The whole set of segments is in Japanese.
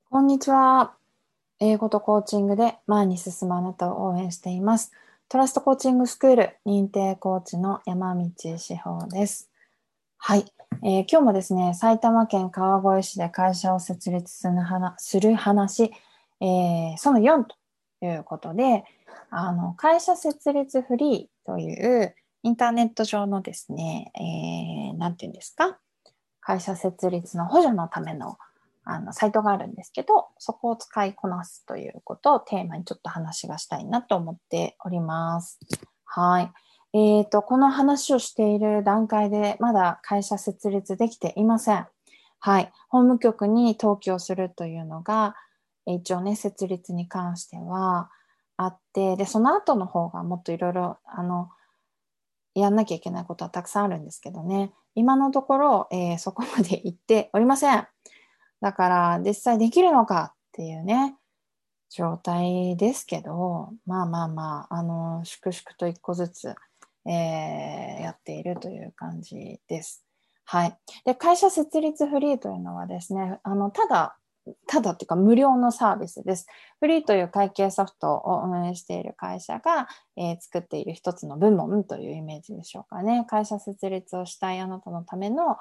こんにちは。英語とコーチングで前に進むあなたを応援しています。トラストコーチングスクール認定コーチの山道志保です。はい、今日もですね、埼玉県川越市で会社を設立する話、その4ということで、会社設立フリーというインターネット上のですね、なんていうんですか、会社設立の補助のためのサイトがあるんですけど、そこを使いこなすということをテーマにちょっと話がしたいなと思っております。はい。この話をしている段階でまだ会社設立できていません。はい。法務局に登記をするというのが、一応ね、設立に関してはあって、で、その後の方がもっといろいろ、やんなきゃいけないことはたくさんあるんですけどね。今のところ、そこまで行っておりません。だから実際できるのかっていうね、状態ですけど、まあまあまあ、粛々と一個ずつ、やっているという感じです。はい。で、会社設立フリーというのはですね、ただっていうか無料のサービスです。フリーという会計ソフトを運営している会社が、作っている一つの部門というイメージでしょうかね。会社設立をしたいあなたのための、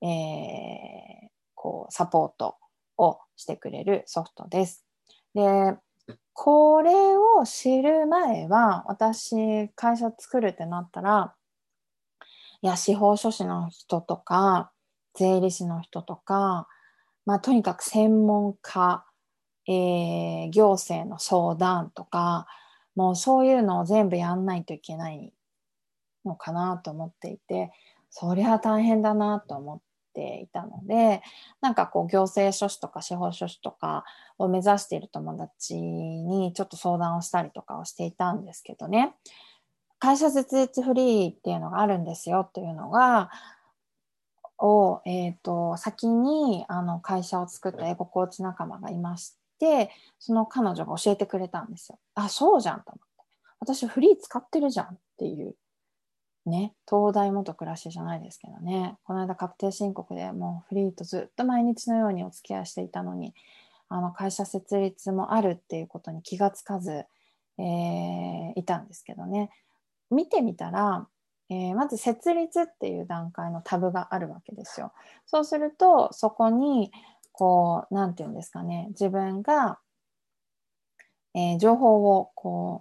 サポートをしてくれるソフトです。で、これを知る前は、私、会社作るってなったら、いや、司法書士の人とか、税理士の人とか、まあ、とにかく専門家、行政の相談とか、もうそういうのを全部やんないといけないのかなと思っていて、そりゃ大変だなと思っていたので、なんかこう行政書士とか司法書士とかを目指している友達にちょっと相談をしたりとかをしていたんですけどね、会社設立フリーっていうのがあるんですよっていうのが、先に会社を作った英語コーチ仲間がいまして、その彼女が教えてくれたんですよ。あ、そうじゃんと思って。私フリー使ってるじゃんっていうね、東大元暮らしじゃないですけどね、この間確定申告でもうフリーとずっと毎日のようにお付き合いしていたのに、会社設立もあるっていうことに気がつかず、いたんですけどね。見てみたら、まず設立っていう段階のタブがあるわけですよ。そうすると、そこに、こう、なんていうんですかね、自分が、情報を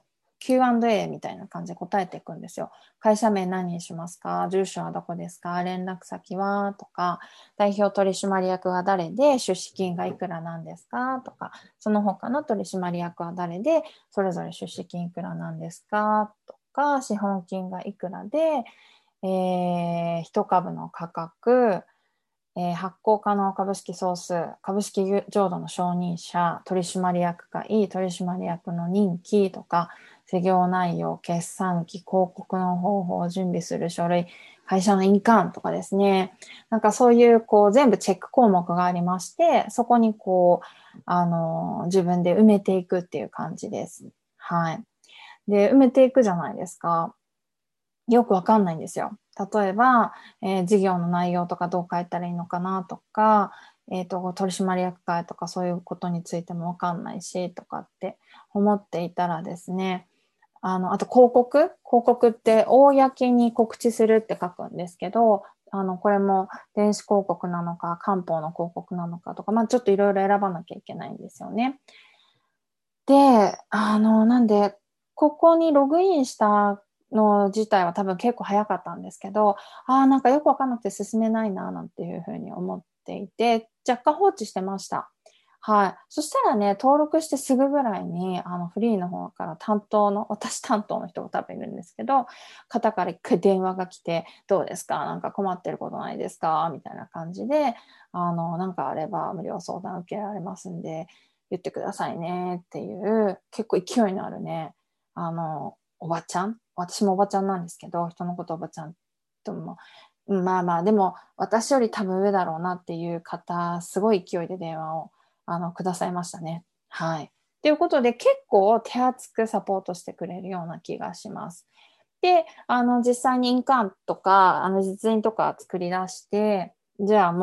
Q&A みたいな感じで答えていくんですよ。会社名何にしますか、住所はどこですか、連絡先はとか、代表取締役は誰で出資金がいくらなんですかとか、その他の取締役は誰でそれぞれ出資金いくらなんですかとか、資本金がいくらで、一株の価格、発行可能株式総数、株式譲渡の承認者、取締役会、取締役の任期とか、事業内容、決算期、広告の方法を準備する書類、会社の印鑑とかですね。なんかそういう、全部チェック項目がありまして、そこに自分で埋めていくっていう感じです。はい。で、埋めていくじゃないですか。よくわかんないんですよ。例えば、事業の内容とかどう書いたらいいのかなとか、取締役会とかそういうことについてもわかんないしとかって思っていたらですね、あと広告って公に告知するって書くんですけど、これも電子広告なのか官報の広告なのかとか、まあちょっといろいろ選ばなきゃいけないんですよね。で、なんで、ここにログインしたの自体は多分結構早かったんですけど、なんかよくわかんなくて進めないな、なんていうふうに思っていて、若干放置してました。はい。そしたらね、登録してすぐぐらいに、フリーの方から私担当の人が多分いるんですけど、方から一回電話が来て、どうですか、なんか困ってることないですかみたいな感じで、なんかあれば無料相談受けられますんで、言ってくださいねっていう、結構勢いのあるね、おばちゃん、私もおばちゃんなんですけど、人のことおばちゃんとも、まあまあ、でも私より多分上だろうなっていう方、すごい勢いで電話をくださいましたね。はい。ということで、結構手厚くサポートしてくれるような気がします。で、実際に印鑑とか、実印とか作り出して、じゃあもう、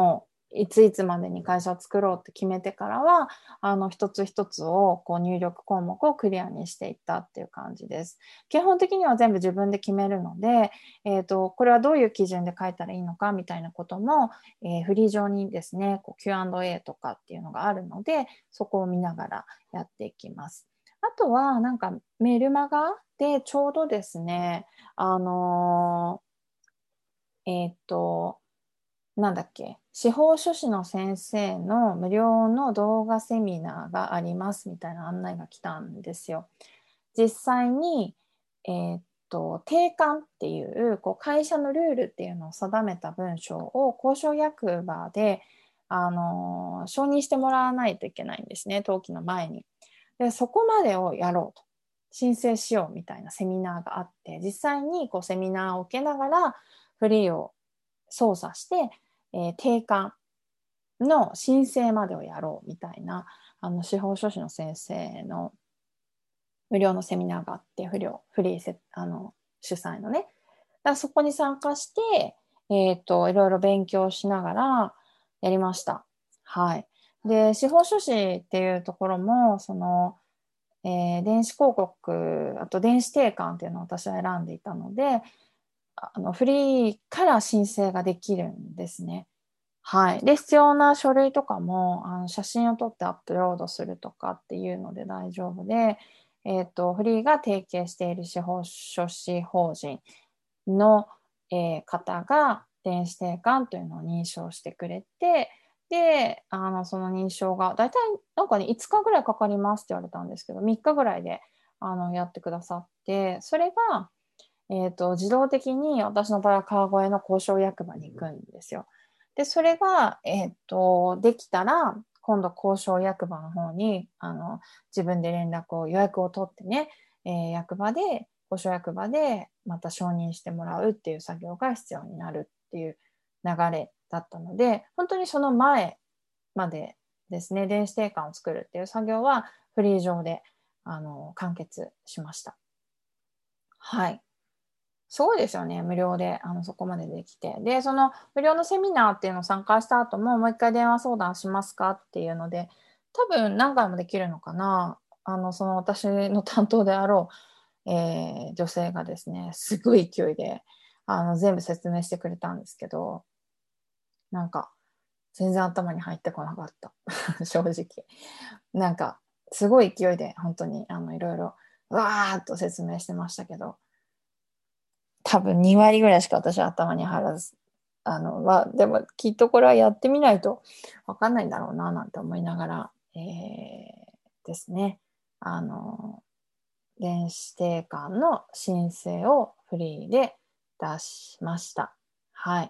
いついつまでに会社を作ろうって決めてからは、一つ一つをこう入力項目をクリアにしていったっていう感じです。基本的には全部自分で決めるので、これはどういう基準で書いたらいいのかみたいなことも、フリー上にですね、こう Q&A とかっていうのがあるので、そこを見ながらやっていきます。あとは、なんかメルマガでちょうどですね、あのえっと、なんだっけ、司法書士の先生の無料の動画セミナーがありますみたいな案内が来たんですよ。実際に、定款っていう、こう会社のルールっていうのを定めた文章を交渉役場で、承認してもらわないといけないんですね、登記の前に。で、そこまでをやろうと。申請しようみたいなセミナーがあって、実際にこうセミナーを受けながらフリーを操作して、定款の申請までをやろうみたいな、司法書士の先生の無料のセミナーがあって、フリー主催のね。だからそこに参加して、いろいろ勉強しながらやりました。はい。で、司法書士っていうところも、電子広告、あと電子定款っていうのを私は選んでいたので、フリーから申請ができるんですね。はい。で、必要な書類とかも、写真を撮ってアップロードするとかっていうので大丈夫で、フリーが提携している司法書士法人の、方が電子定款というのを認証してくれて、で、その認証が、だいたいなんかね、5日ぐらいかかりますって言われたんですけど、3日ぐらいで、やってくださって、それが、自動的に私の場合は川越の交渉役場に行くんですよ。で、それが、できたら、今度交渉役場の方に、自分で予約を取ってね、交渉役場でまた承認してもらうっていう作業が必要になるっていう流れだったので、本当にその前までですね、電子定款を作るっていう作業はフリー上で、完結しました。はい。すごいですよね。無料で、そこまでできて。で、その無料のセミナーっていうのを参加した後も、もう一回電話相談しますかっていうので、多分何回もできるのかな。その私の担当であろう、女性がですね、すごい勢いで、全部説明してくれたんですけど、なんか、全然頭に入ってこなかった。正直。なんか、すごい勢いで、本当に、いろいろ、わーっと説明してましたけど、多分2割ぐらいしか私は頭に入らず、でもきっとこれはやってみないとわかんないんだろうな、なんて思いながら、ですね、あの、電子定款の申請をフリーで出しました。はい。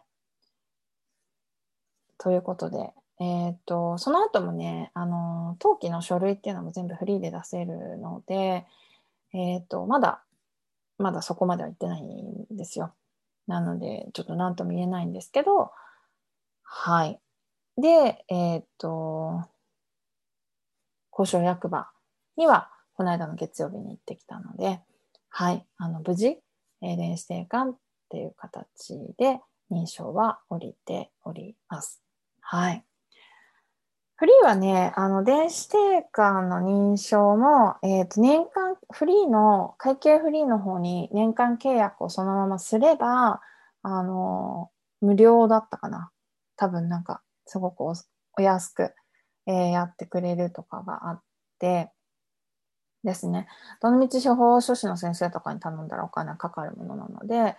ということで、その後もね、登記の書類っていうのも全部フリーで出せるので、まだそこまでは行ってないんですよ。なので、ちょっと何とも言えないんですけど、はい。で、交渉役場には、この間の月曜日に行ってきたので、はい。無事、電子定款っていう形で認証は降りております。はい。フリーはね、電子定款の認証も、年間、会計フリーの方に年間契約をそのまますれば、あの、無料だったかな。多分なんか、すごくお安く、やってくれるとかがあってですね。どのみち司法書士の先生とかに頼んだらお金かかるものなので、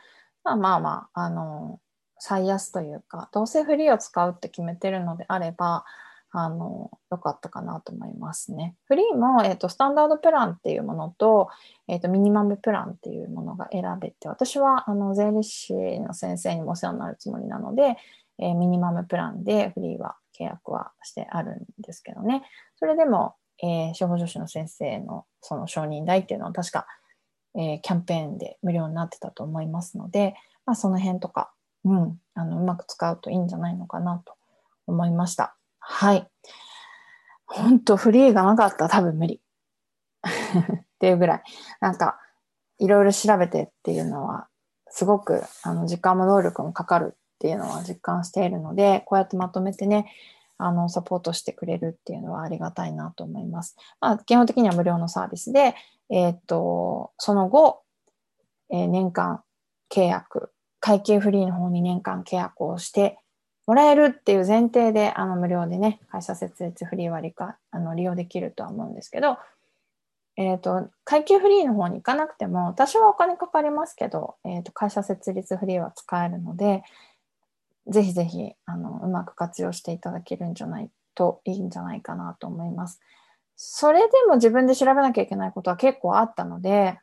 最安というか、どうせフリーを使うって決めてるのであれば、良かったかなと思いますね。フリーも、スタンダードプランっていうものと、ミニマムプランっていうものが選べて、私は、税理士の先生にもお世話になるつもりなので、ミニマムプランでフリーは契約はしてあるんですけどね。それでも、司法書士の先生のその承認代っていうのは確か、キャンペーンで無料になってたと思いますので、その辺とか、うまく使うといいんじゃないのかなと思いました。はい。本当フリーがなかったら多分無理っていうぐらい、なんかいろいろ調べてっていうのはすごく時間も労力もかかるっていうのは実感しているので、こうやってまとめてね、サポートしてくれるっていうのはありがたいなと思います。まあ、基本的には無料のサービスで、その後、年間契約、会計フリーの方に年間契約をしてもらえるっていう前提で、無料でね、会社設立フリー割か、利用できるとは思うんですけど、会計フリーの方に行かなくても、多少はお金かかりますけど、会社設立フリーは使えるので、ぜひぜひ、うまく活用していただけるんじゃないといいんじゃないかなと思います。それでも自分で調べなきゃいけないことは結構あったので、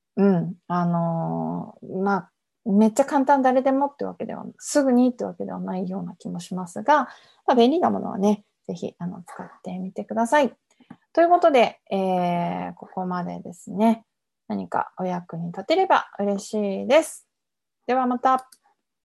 まあ、めっちゃ簡単誰でもってわけでは、すぐにってわけではないような気もしますが、まあ、便利なものはね、ぜひ使ってみてください。ということで、ここまでですね。何かお役に立てれば嬉しいです。ではまた。